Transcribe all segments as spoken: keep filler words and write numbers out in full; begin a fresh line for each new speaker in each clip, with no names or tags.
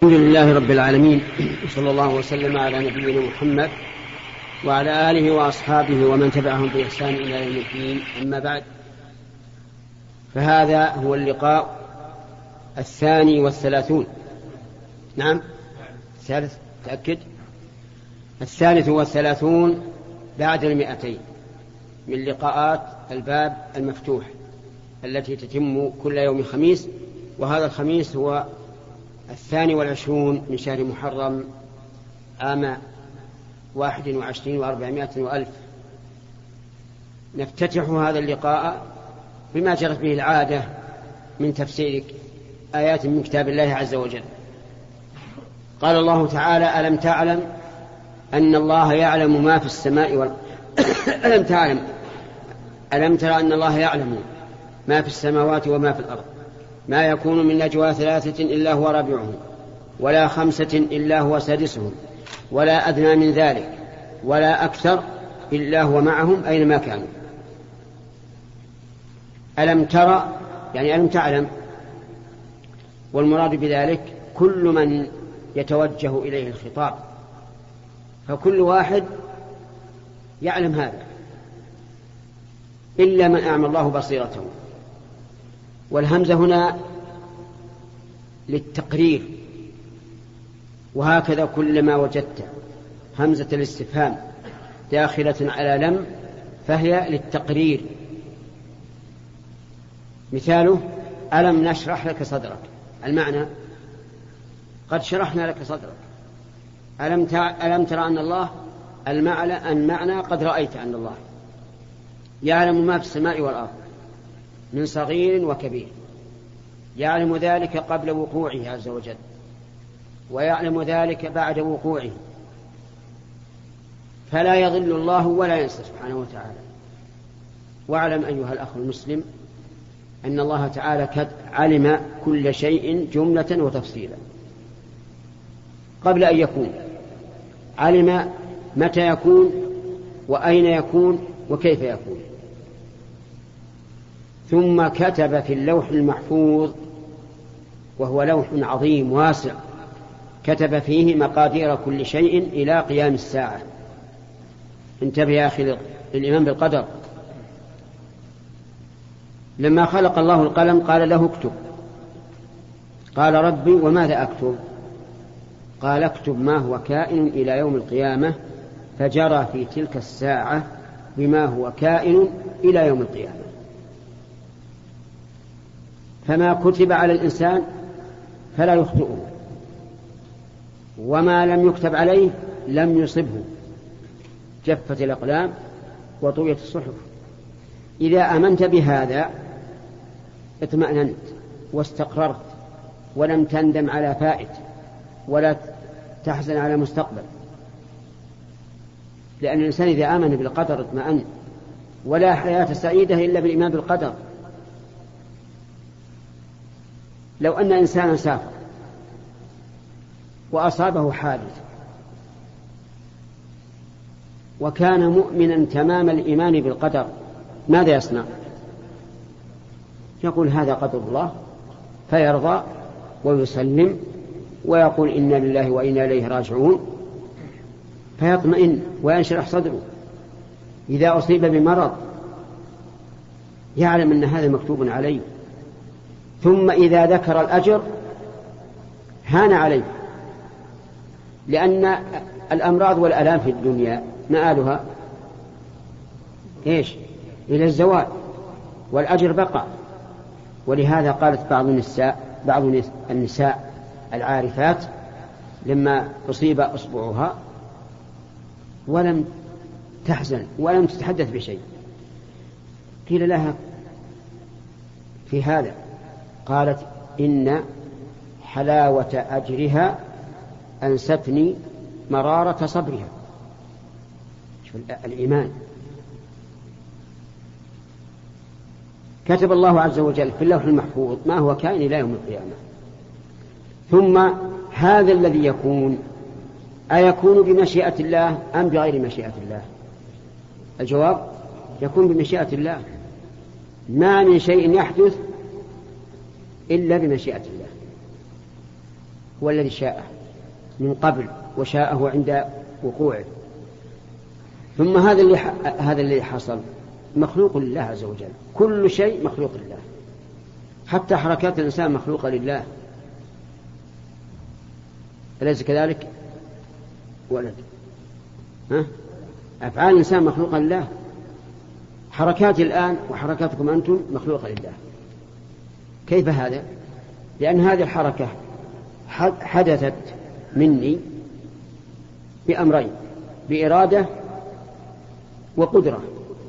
الحمد لله رب العالمين، صلى الله وسلم على نبينا محمد وعلى آله وأصحابه ومن تبعهم بإحسان إلى يوم الدين. أما بعد، فهذا هو اللقاء الثاني والثلاثون. نعم، الثالث، تأكد، الثالث والثلاثون بعد المئتين من لقاءات الباب المفتوح التي تتم كل يوم خميس، وهذا الخميس هو الثاني والعشرون من شهر محرم عام واحد وعشرين وأربعمائة وألف. نفتتح هذا اللقاء بما جرت به العادة من تفسير آيات من كتاب الله عز وجل. قال الله تعالى: ألم تعلم أن الله يعلم ما في السماء والأرض ألم تعلم ألم ترى أن الله يعلم ما في السماوات وما في الأرض، ما يكون من نجوى ثلاثة إلا هو رابعهم، ولا خمسة إلا هو سادسهم، ولا أدنى من ذلك ولا أكثر إلا هو معهم أينما كانوا. ألم ترى يعني ألم تعلم، والمراد بذلك كل من يتوجه إليه الخطاب، فكل واحد يعلم هذا إلا من أعمى الله بصيرته. والهمزة هنا للتقرير، وهكذا كلما وجدت همزة الاستفهام داخلة على لم فهي للتقرير. مثاله: ألم نشرح لك صدرك، المعنى قد شرحنا لك صدرك. ألم ألم ترى أن الله، المعنى المعنى قد رأيت أن الله يعلم ما في السماء والأرض من صغير وكبير، يعلم ذلك قبل وقوعه عز وجل، ويعلم ذلك بعد وقوعه، فلا يضل الله ولا ينسى سبحانه وتعالى. واعلم أيها الأخ المسلم أن الله تعالى قد علم كل شيء جملة وتفصيلا قبل أن يكون، علم متى يكون وأين يكون وكيف يكون، ثم كتب في اللوح المحفوظ، وهو لوح عظيم واسع، كتب فيه مقادير كل شيء إلى قيام الساعة. انتبه يا أخي للإيمان بالقدر. لما خلق الله القلم قال له: اكتب. قال: ربي وماذا أكتب؟ قال: اكتب ما هو كائن إلى يوم القيامة، فجرى في تلك الساعة بما هو كائن إلى يوم القيامة. فما كتب على الإنسان فلا يخطئه، وما لم يكتب عليه لم يصبه. جفت الأقلام وطويت الصحف. إذا آمنت بهذا اطمأننت واستقررت، ولم تندم على فائت ولا تحزن على مستقبل، لأن الإنسان إذا آمن بالقدر اطمأن. ولا حياة سعيدة إلا بالإيمان بالقدر. لو أن إنسانا سافر وأصابه حادث وكان مؤمنا تمام الإيمان بالقدر، ماذا يصنع؟ يقول: هذا قدر الله، فيرضى ويسلم ويقول: إنا لله وإنا إليه راجعون، فيطمئن وينشرح صدره. إذا أصيب بمرض يعلم أن هذا مكتوب عليه، ثم إذا ذكر الأجر هان عليه، لأن الأمراض والآلام في الدنيا مآلها إيش؟ إلى الزوال، والأجر بقى. ولهذا قالت بعض النساء بعض النساء العارفات لما أصيب أصبعها ولم تحزن ولم تتحدث بشيء، قيل لها في هذا، قالت: إن حلاوة أجرها أنستني مرارة صبرها. شوف الإيمان. كتب الله عز وجل في اللوح المحفوظ ما هو كائن إلى يوم القيامة. ثم هذا الذي يكون أيكون بمشيئة الله أم بغير مشيئة الله؟ الجواب: يكون بمشيئة الله. ما من شيء يحدث إلا بمشيئة الله. هو الذي شاءه من قبل وشاءه عند وقوعه، ثم هذا اللي هذا اللي حصل مخلوق لله عز وجل. كل شيء مخلوق لله، حتى حركات الإنسان مخلوقة لله، أليس كذلك؟ ولد ها؟ أفعال الإنسان مخلوقة لله، حركاتي الآن وحركاتكم أنتم مخلوقة لله. كيف هذا؟ لأن هذه الحركة حدثت مني بأمرين، بإرادة وقدرة.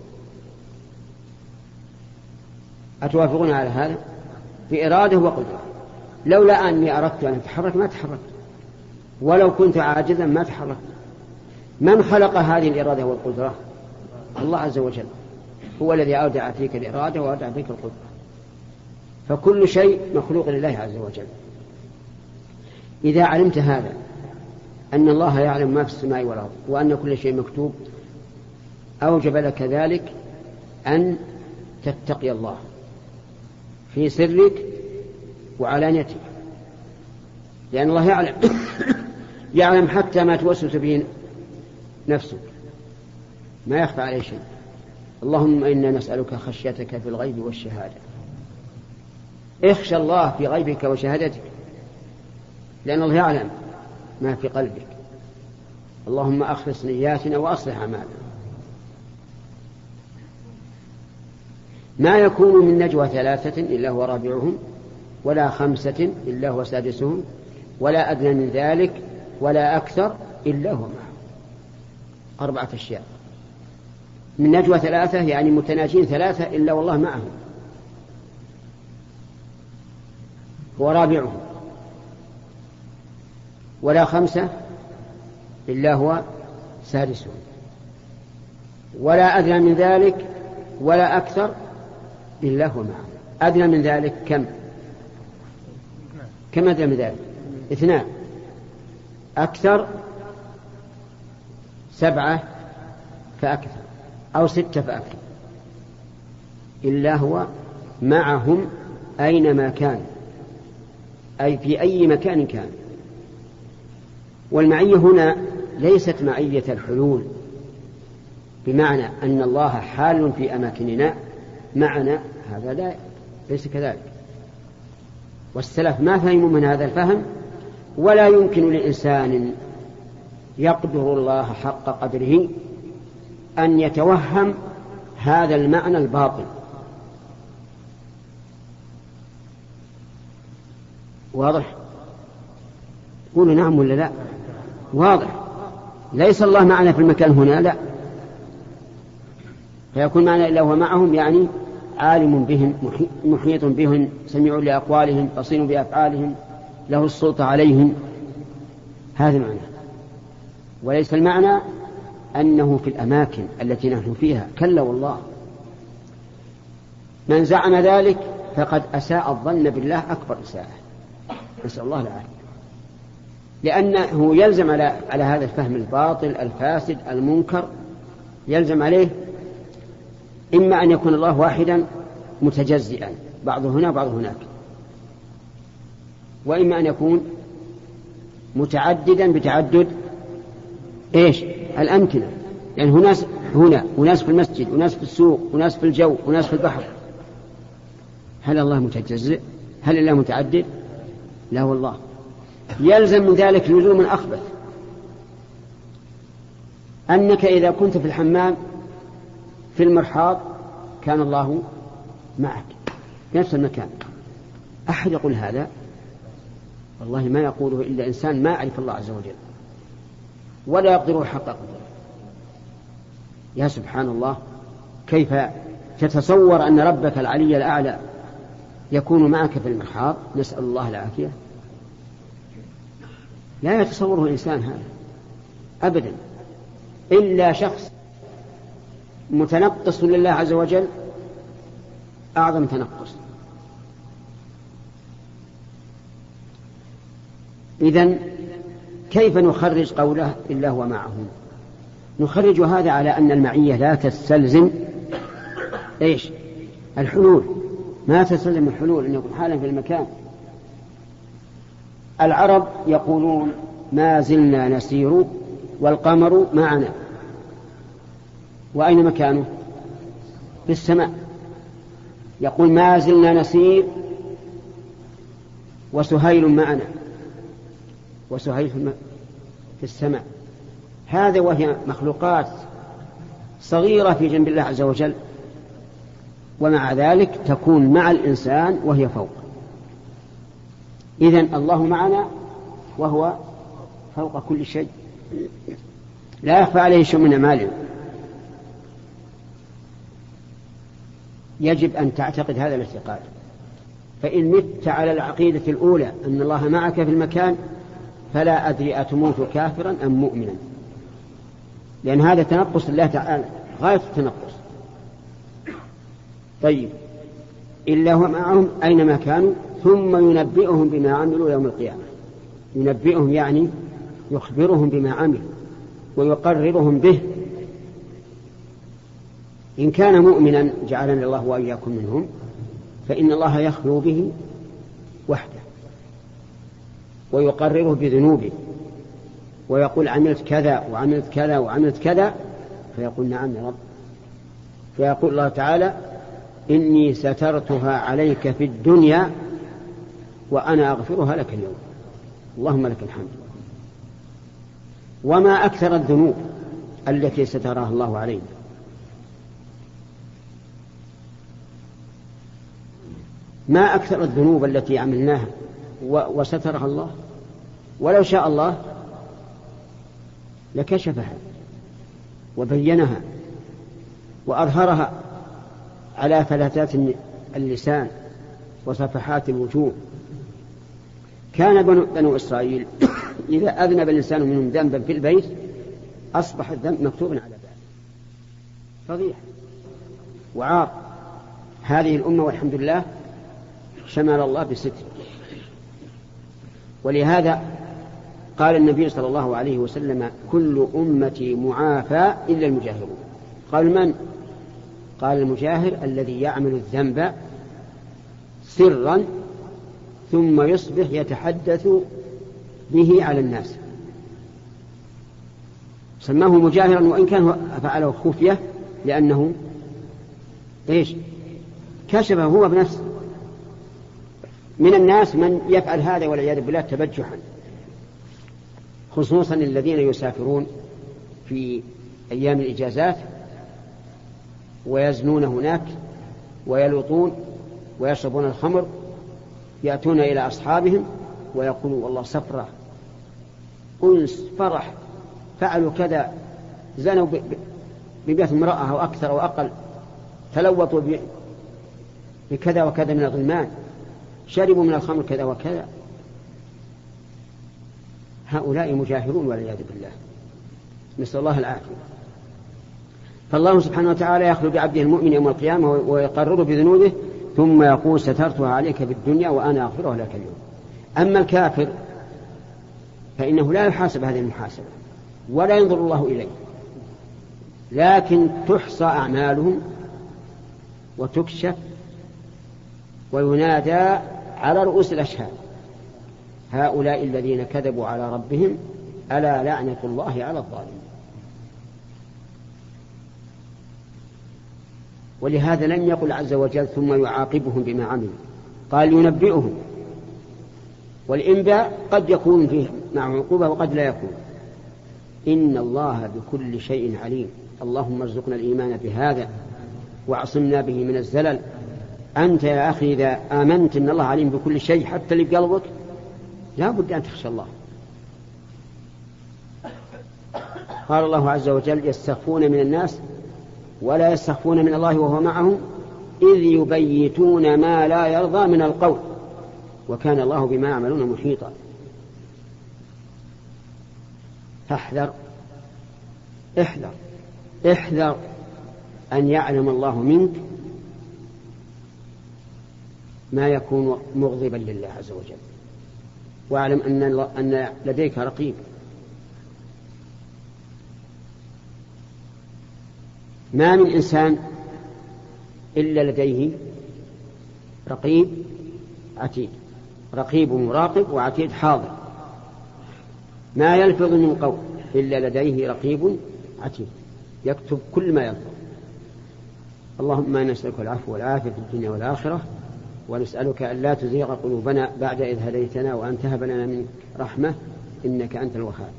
أتوافقون على هذا؟ بإرادة وقدرة. لولا أني أردت أن أتحرك ما تحركت، ولو كنت عاجزا ما تحركت. من خلق هذه الإرادة والقدرة؟ الله عز وجل، هو الذي أودع فيك الإرادة وأودع فيك القدرة. فكل شيء مخلوق لله عز وجل. إذا علمت هذا، أن الله يعلم ما في السماء والأرض وأن كل شيء مكتوب، أوجب لك ذلك أن تتقي الله في سرك وعلانيتك، لأن الله يعلم يعلم حتى ما توسوس به نفسك، ما يخفى عليه شيء. اللهم إنا نسألك خشيتك في الغيب والشهادة. اخشى الله في غيبك وشهادتك، لأن الله يعلم ما في قلبك. اللهم أخلص نياتنا وأصلح أعمالنا. ما يكون من نجوى ثلاثة إلا هو رابعهم، ولا خمسة إلا هو سادسهم، ولا أدنى من ذلك ولا أكثر إلا هو معهم. أربعة أشياء. من نجوى ثلاثة يعني متناجين ثلاثة إلا والله معهم، هو رابعهم. ولا خمسة إلا هو سادسهم، ولا أدنى من ذلك ولا أكثر إلا هو معهم. أدنى من ذلك كم؟ كم أدنى من ذلك؟ اثنان. أكثر سبعة فأكثر، أو ستة فأكثر. إلا هو معهم أينما كان، أي في أي مكان كان. والمعية هنا ليست معية الحلول، بمعنى أن الله حال في أماكننا معنا، هذا لا، ليس كذلك. والسلف ما فهموا من هذا الفهم، ولا يمكن لإنسان يقدر الله حق قدره أن يتوهم هذا المعنى الباطل. واضح؟ قولوا نعم ولا لا؟ واضح. ليس الله معنا في المكان هنا، لا، فيكون معنا إلا هو معهم، يعني عالم بهم، محيط بهم، سميع لأقوالهم، بصير بأفعالهم، له السلطة عليهم. هذا معنى. وليس المعنى أنه في الأماكن التي نحن فيها، كلا والله. من زعم ذلك فقد أساء الظن بالله أكبر إساءة، نسأل الله العافية. لأنه يلزم على, على هذا الفهم الباطل الفاسد المنكر، يلزم عليه إما أن يكون الله واحدا متجزئا، بعضه هنا بعضه هناك، وإما أن يكون متعددا بتعدد إيش؟ الأمكنة. يعني هناس هنا وناس في المسجد وناس في السوق وناس في الجو وناس في البحر. هل الله متجزئ؟ هل الله متعدد؟ لا والله. يلزم من ذلك لزوم أخبث، أنك إذا كنت في الحمام في المرحاض كان الله معك في نفس المكان. أحد يقول هذا؟ والله ما يقوله إلا إنسان ما يعرف الله عز وجل ولا يقدر حق قدره. يا سبحان الله، كيف تتصور أن ربك العلي الأعلى يكون معك في المرحاض؟ نسأل الله العافية. لا يتصوره الإنسان هذا أبدا، إلا شخص متنقص لله عز وجل أعظم تنقص. إذن كيف نخرج قوله إلا هو معهم؟ نخرج هذا على أن المعية لا تستلزم إيش؟ الحلول، ما تستلزم الحلول أن يكون حالا في المكان. العرب يقولون ما زلنا نسير والقمر معنا، وأين مكانه؟ في السماء. يقول ما زلنا نسير وسهيل معنا، وسهيل في السماء. هذا وهي مخلوقات صغيرة في جنب الله عز وجل، ومع ذلك تكون مع الإنسان وهي فوق. إذن الله معنا وهو فوق كل شيء، لا يخفى عليه شيء من أعماله. يجب أن تعتقد هذا الاعتقاد. فإن مت على العقيدة الأولى أن الله معك في المكان فلا أدري أتموت كافرا أم مؤمنا، لأن هذا تنقص الله تعالى غاية التنقص. طيب إلا هو معهم أينما كانوا ثم ينبئهم بما عملوا يوم القيامة. ينبئهم يعني يخبرهم بما عملوا ويقررهم به. إن كان مؤمنا جعلنا الله وإياكم منهم فإن الله يخلو به وحده ويقرره بذنوبه ويقول عملت كذا وعملت كذا وعملت كذا، فيقول نعم يا رب. فيقول الله تعالى إني سترتها عليك في الدنيا وأنا أغفرها لك اليوم. اللهم لك الحمد. وما أكثر الذنوب التي سترها الله علينا. ما أكثر الذنوب التي عملناها وسترها الله، ولو شاء الله لكشفها وبينها وأظهرها على فلتات اللسان وصفحات الوجوه. كان بنو, بنو إسرائيل إذا أذنب الإنسان منهم ذنبا في البيت أصبح الذنب مكتوبا على ذلك، فضيح وعار. هذه الأمة والحمد لله شمل الله بستر. ولهذا قال النبي صلى الله عليه وسلم كل أمتي معافى إلا المجاهرون. قال من؟ قال المجاهر الذي يعمل الذنب سرا ثم يصبح يتحدث به على الناس. سماه مجاهرا وإن كان فعله خفية، لأنه إيش؟ كشفه هو بنفسه. من الناس من يفعل هذا والعياذ بالله تبجحا، خصوصا الذين يسافرون في أيام الإجازات ويزنون هناك ويلوطون ويشربون الخمر، يأتون إلى أصحابهم ويقولون والله سفرة أنس فرح فعلوا كذا، زنوا ببيت امرأة أو أكثر أو أقل، تلوطوا بكذا وكذا من الغلمان، شربوا من الخمر كذا وكذا. هؤلاء مجاهرون والعياذ بالله، نسأل الله العافية. فالله سبحانه وتعالى يخلو بعبده المؤمن يوم القيامة ويقرر بذنوبه ثم يقول سترتها عليك في الدنيا وأنا أغفرها لك اليوم. أما الكافر فإنه لا يحاسب هذه المحاسبة ولا ينظر الله إليه، لكن تحصى أعمالهم وتكشف وينادى على رؤوس الأشهاد هؤلاء الذين كذبوا على ربهم ألا لعنة الله على الظالمين. ولهذا لم يقل عز وجل ثم يعاقبهم بما عملوا، قال ينبئهم. والإنباء قد يكون فيه مع عقوبة وقد لا يكون. إن الله بكل شيء عليم. اللهم ارزقنا الإيمان بهذا واعصمنا به من الزلل. أنت يا أخي إذا آمنت أن الله عليم بكل شيء حتى اللي بقلبك لا بد أن تخشى الله. قال الله عز وجل يستخفون من الناس ولا يستخفون من الله وهو معهم إذ يبيتون ما لا يرضى من القول وكان الله بما يعملون محيطا. فاحذر احذر احذر أن يعلم الله منك ما يكون مغضبا لله عز وجل، واعلم أن, أن لديك رقيب. ما من إنسان إلا لديه رقيب عتيد. رقيب مراقب وعتيد حاضر، ما يلفظ من قول إلا لديه رقيب عتيد يكتب كل ما يلفظ. اللهم إنا نسألك العفو والعافية في الدنيا والآخرة، ونسألك أن لا تزيغ قلوبنا بعد إذ هديتنا وأن تهب لنا منك رحمة إنك أنت الوهاب.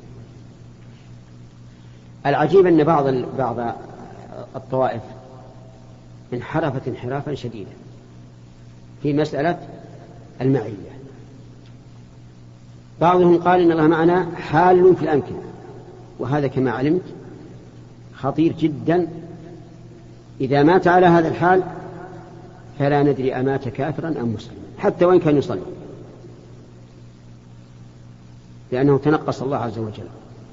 العجيب أن بعض بعض الطوائف انحرفت انحرافا شديدا في مسألة المعية. بعضهم قال إن الله معنا حال في الأمكنة، وهذا كما علمت خطير جدا. إذا مات على هذا الحال فلا ندري أمات كافرا أم مسلما حتى وإن كان يصلي، لأنه تنقص الله عز وجل.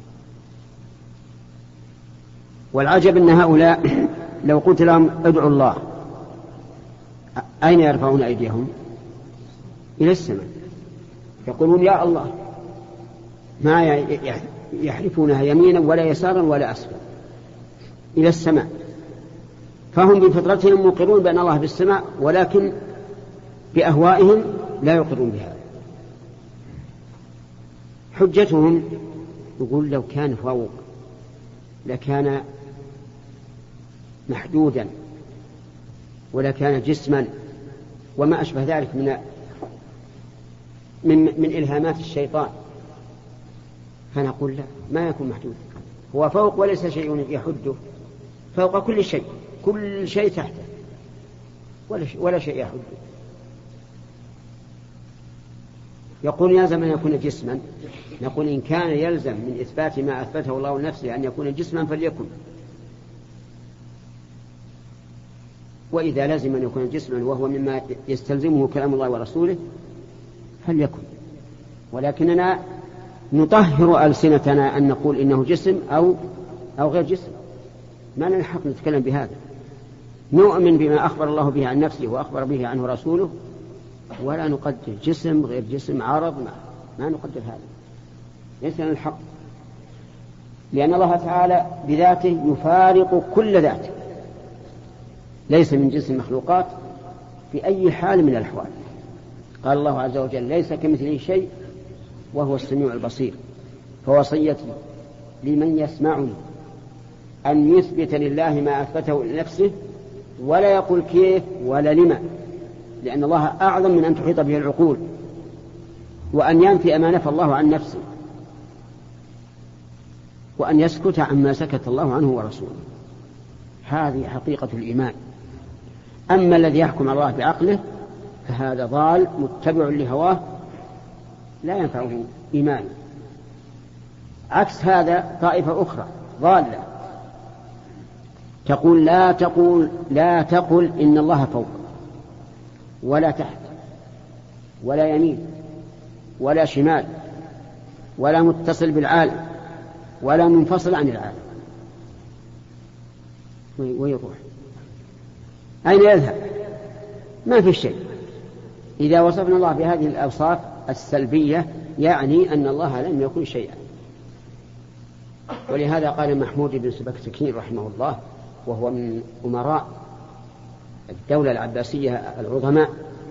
والعجب أن هؤلاء لو قلت لهم ادعوا الله أين يرفعون أيديهم؟ إلى السماء، يقولون يا الله، ما يحلفونها يمينا ولا يسارا ولا أسفل، إلى السماء. فهم بفطرتهم مقرون بأن الله بالسماء، ولكن بأهوائهم لا يقرون بها. حجتهم يقول لو كان فوق لكان محدودا ولا كان جسما وما أشبه ذلك من من من إلهامات الشيطان. فنقول لا، ما يكون محدودا، هو فوق وليس شيء يحده، فوق كل شيء، كل شيء تحته ولا شيء, ولا شيء يحده. يقول يلزم أن يكون جسما، نقول إن كان يلزم من إثبات ما أثبته الله لنفسه أن يكون جسما فليكن، وإذا لزم أن يكون جسما وهو مما يستلزمه كلام الله ورسوله فليكن. ولكننا نطهر ألسنتنا أن نقول إنه جسم أو أو غير جسم، ما لنا حق نتكلم بهذا. نؤمن بما أخبر الله به عن نفسه وأخبر به عنه رسوله، ولا نقدر جسم غير جسم عارض، ما, ما نقدر هذا، ليس لنا الحق، لأن الله تعالى بذاته يفارق كل ذات، ليس من جنس المخلوقات في أي حال من الأحوال. قال الله عز وجل ليس كمثله شيء وهو السميع البصير. فوصيتي لمن يسمعني أن يثبت لله ما أثبته لنفسه ولا يقول كيف ولا لما، لأن الله أعظم من أن تحيط به العقول، وأن ينفي ما نفى الله عن نفسه، وأن يسكت عما سكت الله عنه ورسوله. هذه حقيقة الإيمان. أما الذي يحكم الله بعقله فهذا ضال متبع لهواه لا ينفعه إيمان. عكس هذا طائفة أخرى ضالة تقول لا تقول لا تقل إن الله فوق ولا تحت ولا يمين ولا شمال ولا متصل بالعالم ولا منفصل عن العالم. ويروح أين يذهب؟ ما في شيء. إذا وصفنا الله بهذه الأوصاف السلبية يعني أن الله لم يكن شيئا. ولهذا قال محمود بن سبكتكين رحمه الله، وهو من أمراء الدولة العباسية العظماء،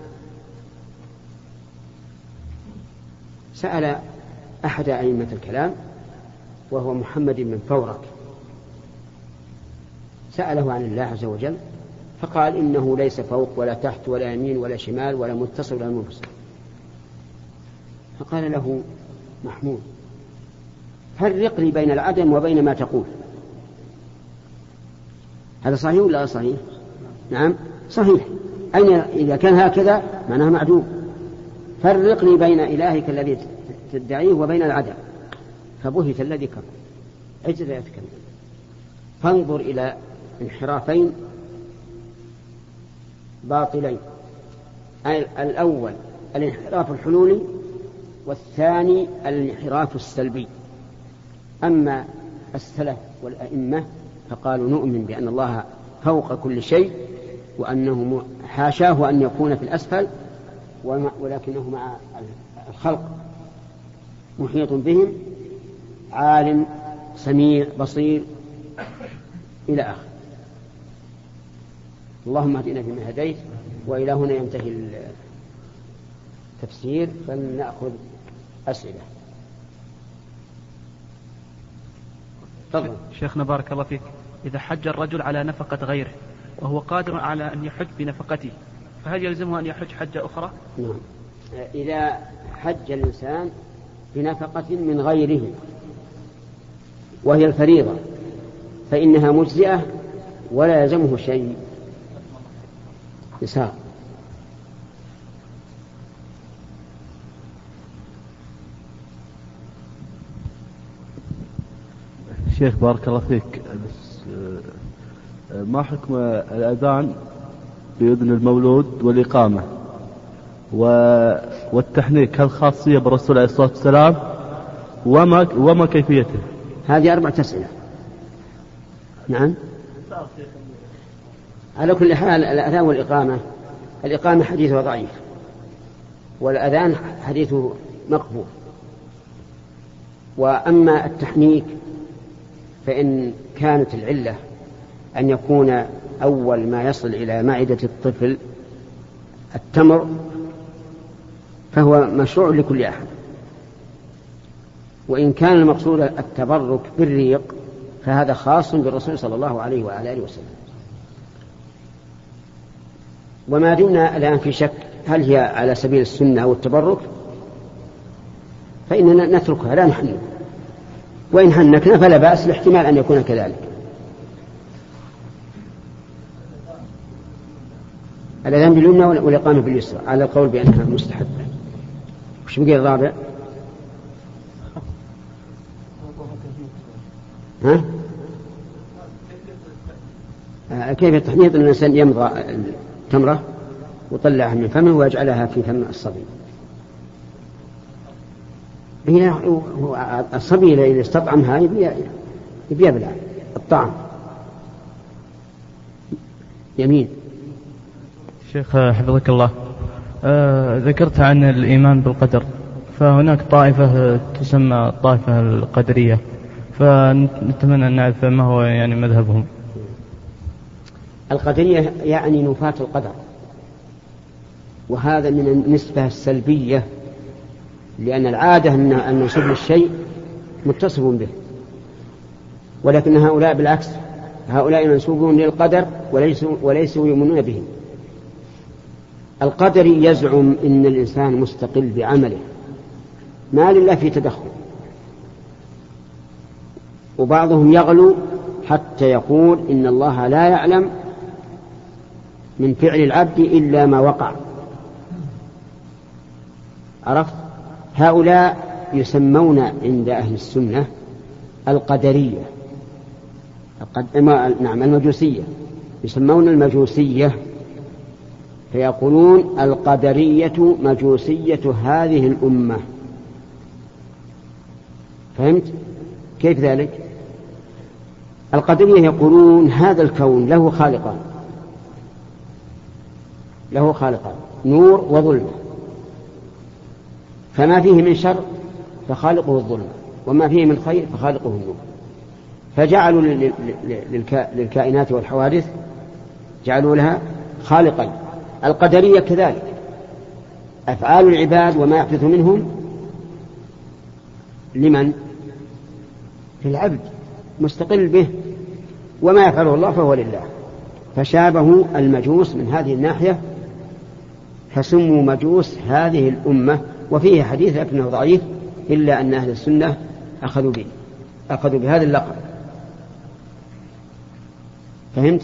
سأل أحد أئمة الكلام وهو محمد بن فورك، سأله عن الله عز وجل فقال إنه ليس فوق ولا تحت ولا يمين ولا شمال ولا متصل ولا منفصل. فقال له محمود فرق لي بين العدم وبين ما تقول. هذا صحيح ولا صحيح؟ نعم صحيح. أين إذا كان هكذا معناه معدوم. فرق لي بين إلهك الذي تدعيه وبين العدم. فبهت الذي كفر عجز يتكلم. فانظر إلى انحرافين باطلين، الأول الانحراف الحلولي والثاني الانحراف السلبي. أما السلف والأئمة فقالوا نؤمن بأن الله فوق كل شيء وأنه حاشاه أن يكون في الأسفل، ولكنه مع الخلق محيط بهم، عالم سميع بصير إلى آخر. اللهم اهدنا فيمن هديت. وإلى هنا ينتهي التفسير فلنأخذ أسئلة.
تفضل. شيخنا بارك الله فيك، إذا حج الرجل على نفقة غيره وهو قادر على أن يحج بنفقته فهل يلزمه أن يحج حجة أخرى؟
نعم، إذا حج الإنسان بنفقة من غيره وهي الفريضة فإنها مجزئة ولا يلزمه شيء يسار.
شيخ بارك الله فيك، ما حكم الأذان بإذن المولود والإقامة والتحنيك، هل خاصية بالرسول عليه الصلاة والسلام وما, وما كيفيته؟
هذه أربعة أسئلة. نعم. على كل حال الأذان والإقامة، الإقامة حديثه ضعيف والأذان حديثه مقبول. وأما التحنيك فإن كانت العلة أن يكون أول ما يصل إلى معدة الطفل التمر فهو مشروع لكل أحد، وإن كان المقصود التبرك بالريق فهذا خاص بالرسول صلى الله عليه وعلى آله وسلم. وما دمنا الآن في شك هل هي على سبيل السنة أو التبرك فإننا نتركها لا نحنك، وإن حنكنا فلا بأس لاحتمال أن يكون كذلك. الأذان باليمنى والإقامة باليسرى على القول بأنها مستحبة. وش بقي الرابع؟ ها؟ آه كيف التحنيط؟ أن الإنسان يمضغ التمرة وطلعها من فمه ويجعلها في فم الصبي. هنا الصبي إذا استطعمها يبي يبلع الطعام. يمين.
شيخ حفظك الله، آه ذكرت عن الإيمان بالقدر، فهناك طائفة تسمى الطائفة القدرية، فنتمنى أن نعرف ما هو يعني مذهبهم.
القدرية يعني نفاة القدر، وهذا من النسبة السلبية، لأن العادة أن نسب الشيء متصف به، ولكن هؤلاء بالعكس، هؤلاء منسوبون للقدر وليسوا, وليسوا يؤمنون به. القدر يزعم إن الإنسان مستقل بعمله ما لله في تدخل، وبعضهم يغلو حتى يقول إن الله لا يعلم من فعل العبد إلا ما وقع. عرفت؟ هؤلاء يسمون عند أهل السنة القدرية، نعم المجوسية، يسمون المجوسية، فيقولون القدرية مجوسية هذه الأمة. فهمت كيف ذلك؟ القدرية يقولون هذا الكون له خالقان، له خالقان نور وظلمة، فما فيه من شر فخالقه الظلمة، وما فيه من خير فخالقه النور. فجعلوا للكائنات والحوادث جعلوا لها خالقين. القدرية كذلك، أفعال العباد وما يحدث منهم لمن؟ للعبد مستقل به، وما يفعله الله فهو لله. فشابهوا المجوس من هذه الناحية فسموا مجوس هذه الأمة. وفيه حديث لكنه ضعيف، إلا أن أهل السنة أخذوا به أخذوا بهذا اللقب. فهمت؟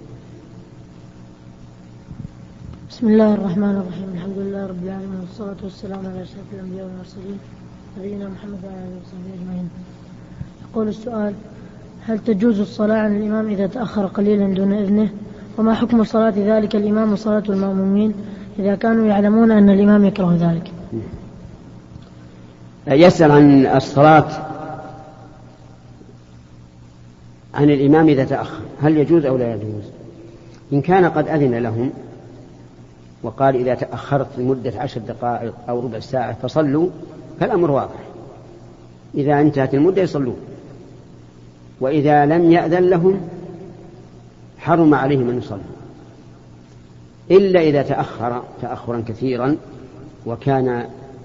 بسم الله الرحمن الرحيم، الحمد لله رب العالمين، والصلاة والسلام على أشرف الأنبياء والمرسلين نبينا محمد وعلى آله وصحبه أجمعين. يقول السؤال: هل تجوز الصلاة عن الإمام إذا تأخر قليلا دون إذنه؟ وما حكم صلاة ذلك الإمام وصلاة المأمومين إذا كانوا يعلمون أن الإمام يكره ذلك؟
يسأل عن الصلاة عن الإمام إذا تأخر، هل يجوز أو لا يجوز؟ إن كان قد أذن لهم وقال إذا تأخرت لمدة عشر دقائق أو ربع ساعة فصلوا، فالأمر واضح، إذا انتهت المدة يصلون. وإذا لم يأذن لهم حرم عليهم أن يصلوا، إلا إذا تأخر تأخرا كثيرا وكان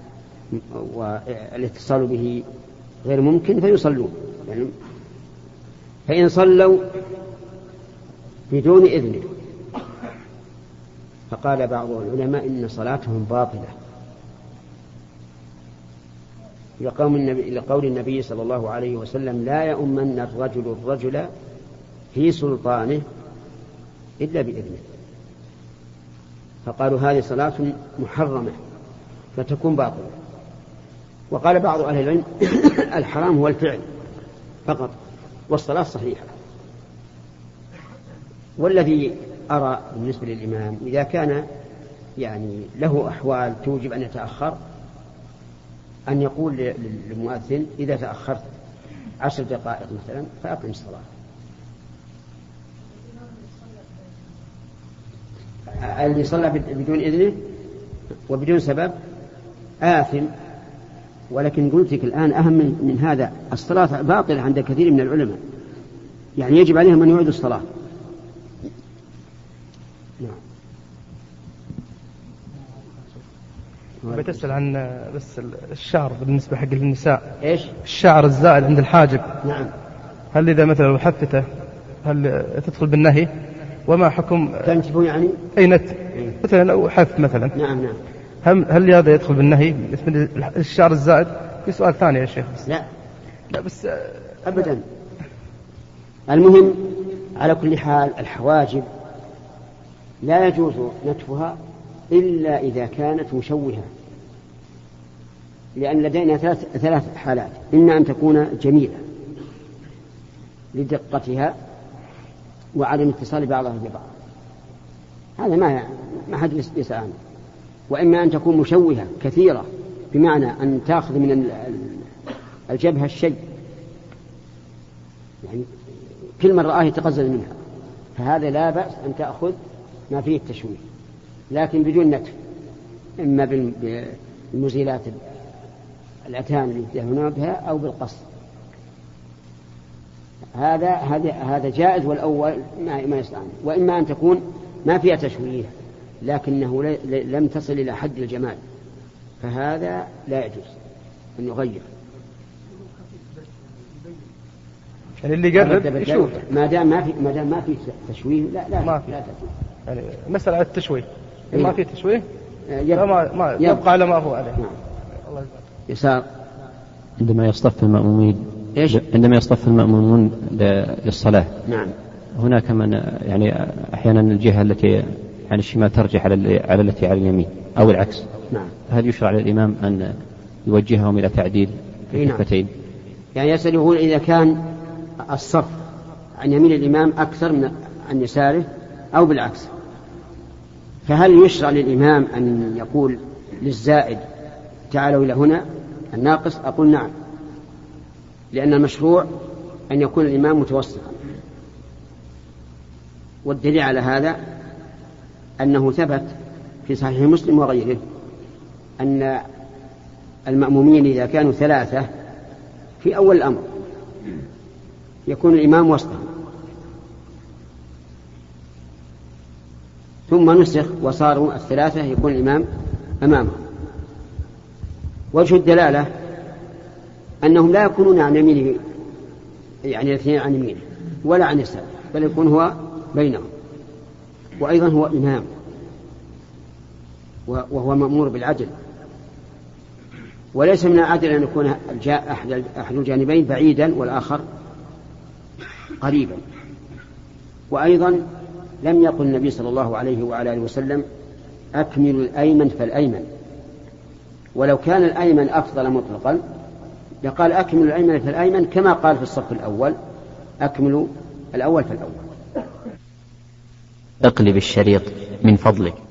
والاتصال به غير ممكن فيصلون يعني. فإن صلوا بدون إذنه فقال بعض العلماء إن صلاتهم باطلة لقول النبي صلى الله عليه وسلم لا يؤمن الرجل الرجل في سلطانه إلا بإذنه. فقالوا هذه صلاة محرمة فتكون باطلة. وقال بعض أهل العلم الحرام هو الفعل فقط والصلاة صحيحة. والذي أرى بالنسبة للإمام إذا كان يعني له أحوال توجب أن يتأخر أن يقول للمؤذن إذا تأخرت عشر دقائق مثلا فأقم الصلاة. اللي صلى بدون إذنه وبدون سبب آثم. ولكن قلت لك الآن أهم من هذا الصلاة باطلة عند كثير من العلماء يعني يجب عليهم أن يعيدوا الصلاة. نعم.
بتسأل عن بس الشعر بالنسبة حق النساء.
إيش؟
الشعر الزائد عند الحاجب.
نعم.
هل إذا مثلا حفته هل تدخل بالنهي؟ وما حكم
تنتبه يعني؟
أي نت مثلا أو حف مثلا.
نعم نعم.
هل هل هذا يدخل بالنهي الشعر الزائد؟ في سؤال ثاني يا شيخ.
لا
لا بس
أبدا. المهم على كل حال الحواجب لا يجوز نتفها إلا إذا كانت مشوهة. لأن لدينا ثلاث, ثلاث حالات: إما أن تكون جميلة لدقتها وعدم اتصال بعضها ببعض، هذا ما ما حد يسأل عنه. وإما أن تكون مشوهة كثيرة بمعنى أن تأخذ من الجبهة الشيء يعني كل من رآه يتقزز منها، فهذا لا بأس أن تأخذ ما فيه التشويه لكن بدون نتف، إما بالمزيلات الأتان اللي يدهنون بها أو بالقص. هذا هذا هذا جائز والأول ما ما يسأل عنه. وإما أن تكون ما فيها تشويه لكنه لم تصل إلى حد الجمال، فهذا لا يجوز أن يغير.
يعني اللي يقرب يشوف
ما دام ما في ما دام ما في تشويه لا لا
ما في.
لا تجوز.
يعني مسألة التشويه إيه؟ ما في تشويه
يبقى,
ما ما يبقى, يبقى على ما هو عليه.
نعم. الله يسار.
عندما يصطف المأمومين
إيش؟
عندما يصطف المأمومون للصلاة.
نعم.
هناك من يعني أحيانا الجهة التي عن الشمال ترجح على على التي على اليمين أو العكس.
نعم.
هل يشرع للإمام أن يوجههم إلى تعديل الكفتين؟
نعم. يعني يسأله إذا كان الصف عن يمين الإمام أكثر من عن يساره أو بالعكس، فهل يشرع للإمام أن يقول للزائد تعالوا إلى هنا الناقص؟ أقول نعم، لأن المشروع أن يكون الإمام متوسطا. والدليل على هذا أنه ثبت في صحيح مسلم وغيره أن المأمومين إذا كانوا ثلاثة في أول الأمر يكون الإمام وسطهم، ثم نسخ وصاروا الثلاثة يكون الإمام أمامهم. وجه الدلالة أنهم لا يكونون عن يمينه يعني الاثنين عن يمينه ولا عن يساره، بل يكون هو بينهم. وأيضا هو إمام وهو مأمور بالعدل، وليس من العدل أن يكون أحد الجانبين بعيدا والآخر قريبا. وأيضا لم يقل النبي صلى الله عليه وعلى آله وسلم أكمل الأيمن فالأيمن، ولو كان الأيمن أفضل مطلقا لقال أكمل الأيمن فالأيمن، كما قال في الصف الأول أكمل الأول فالأول.
اقلب الشريط من فضلك.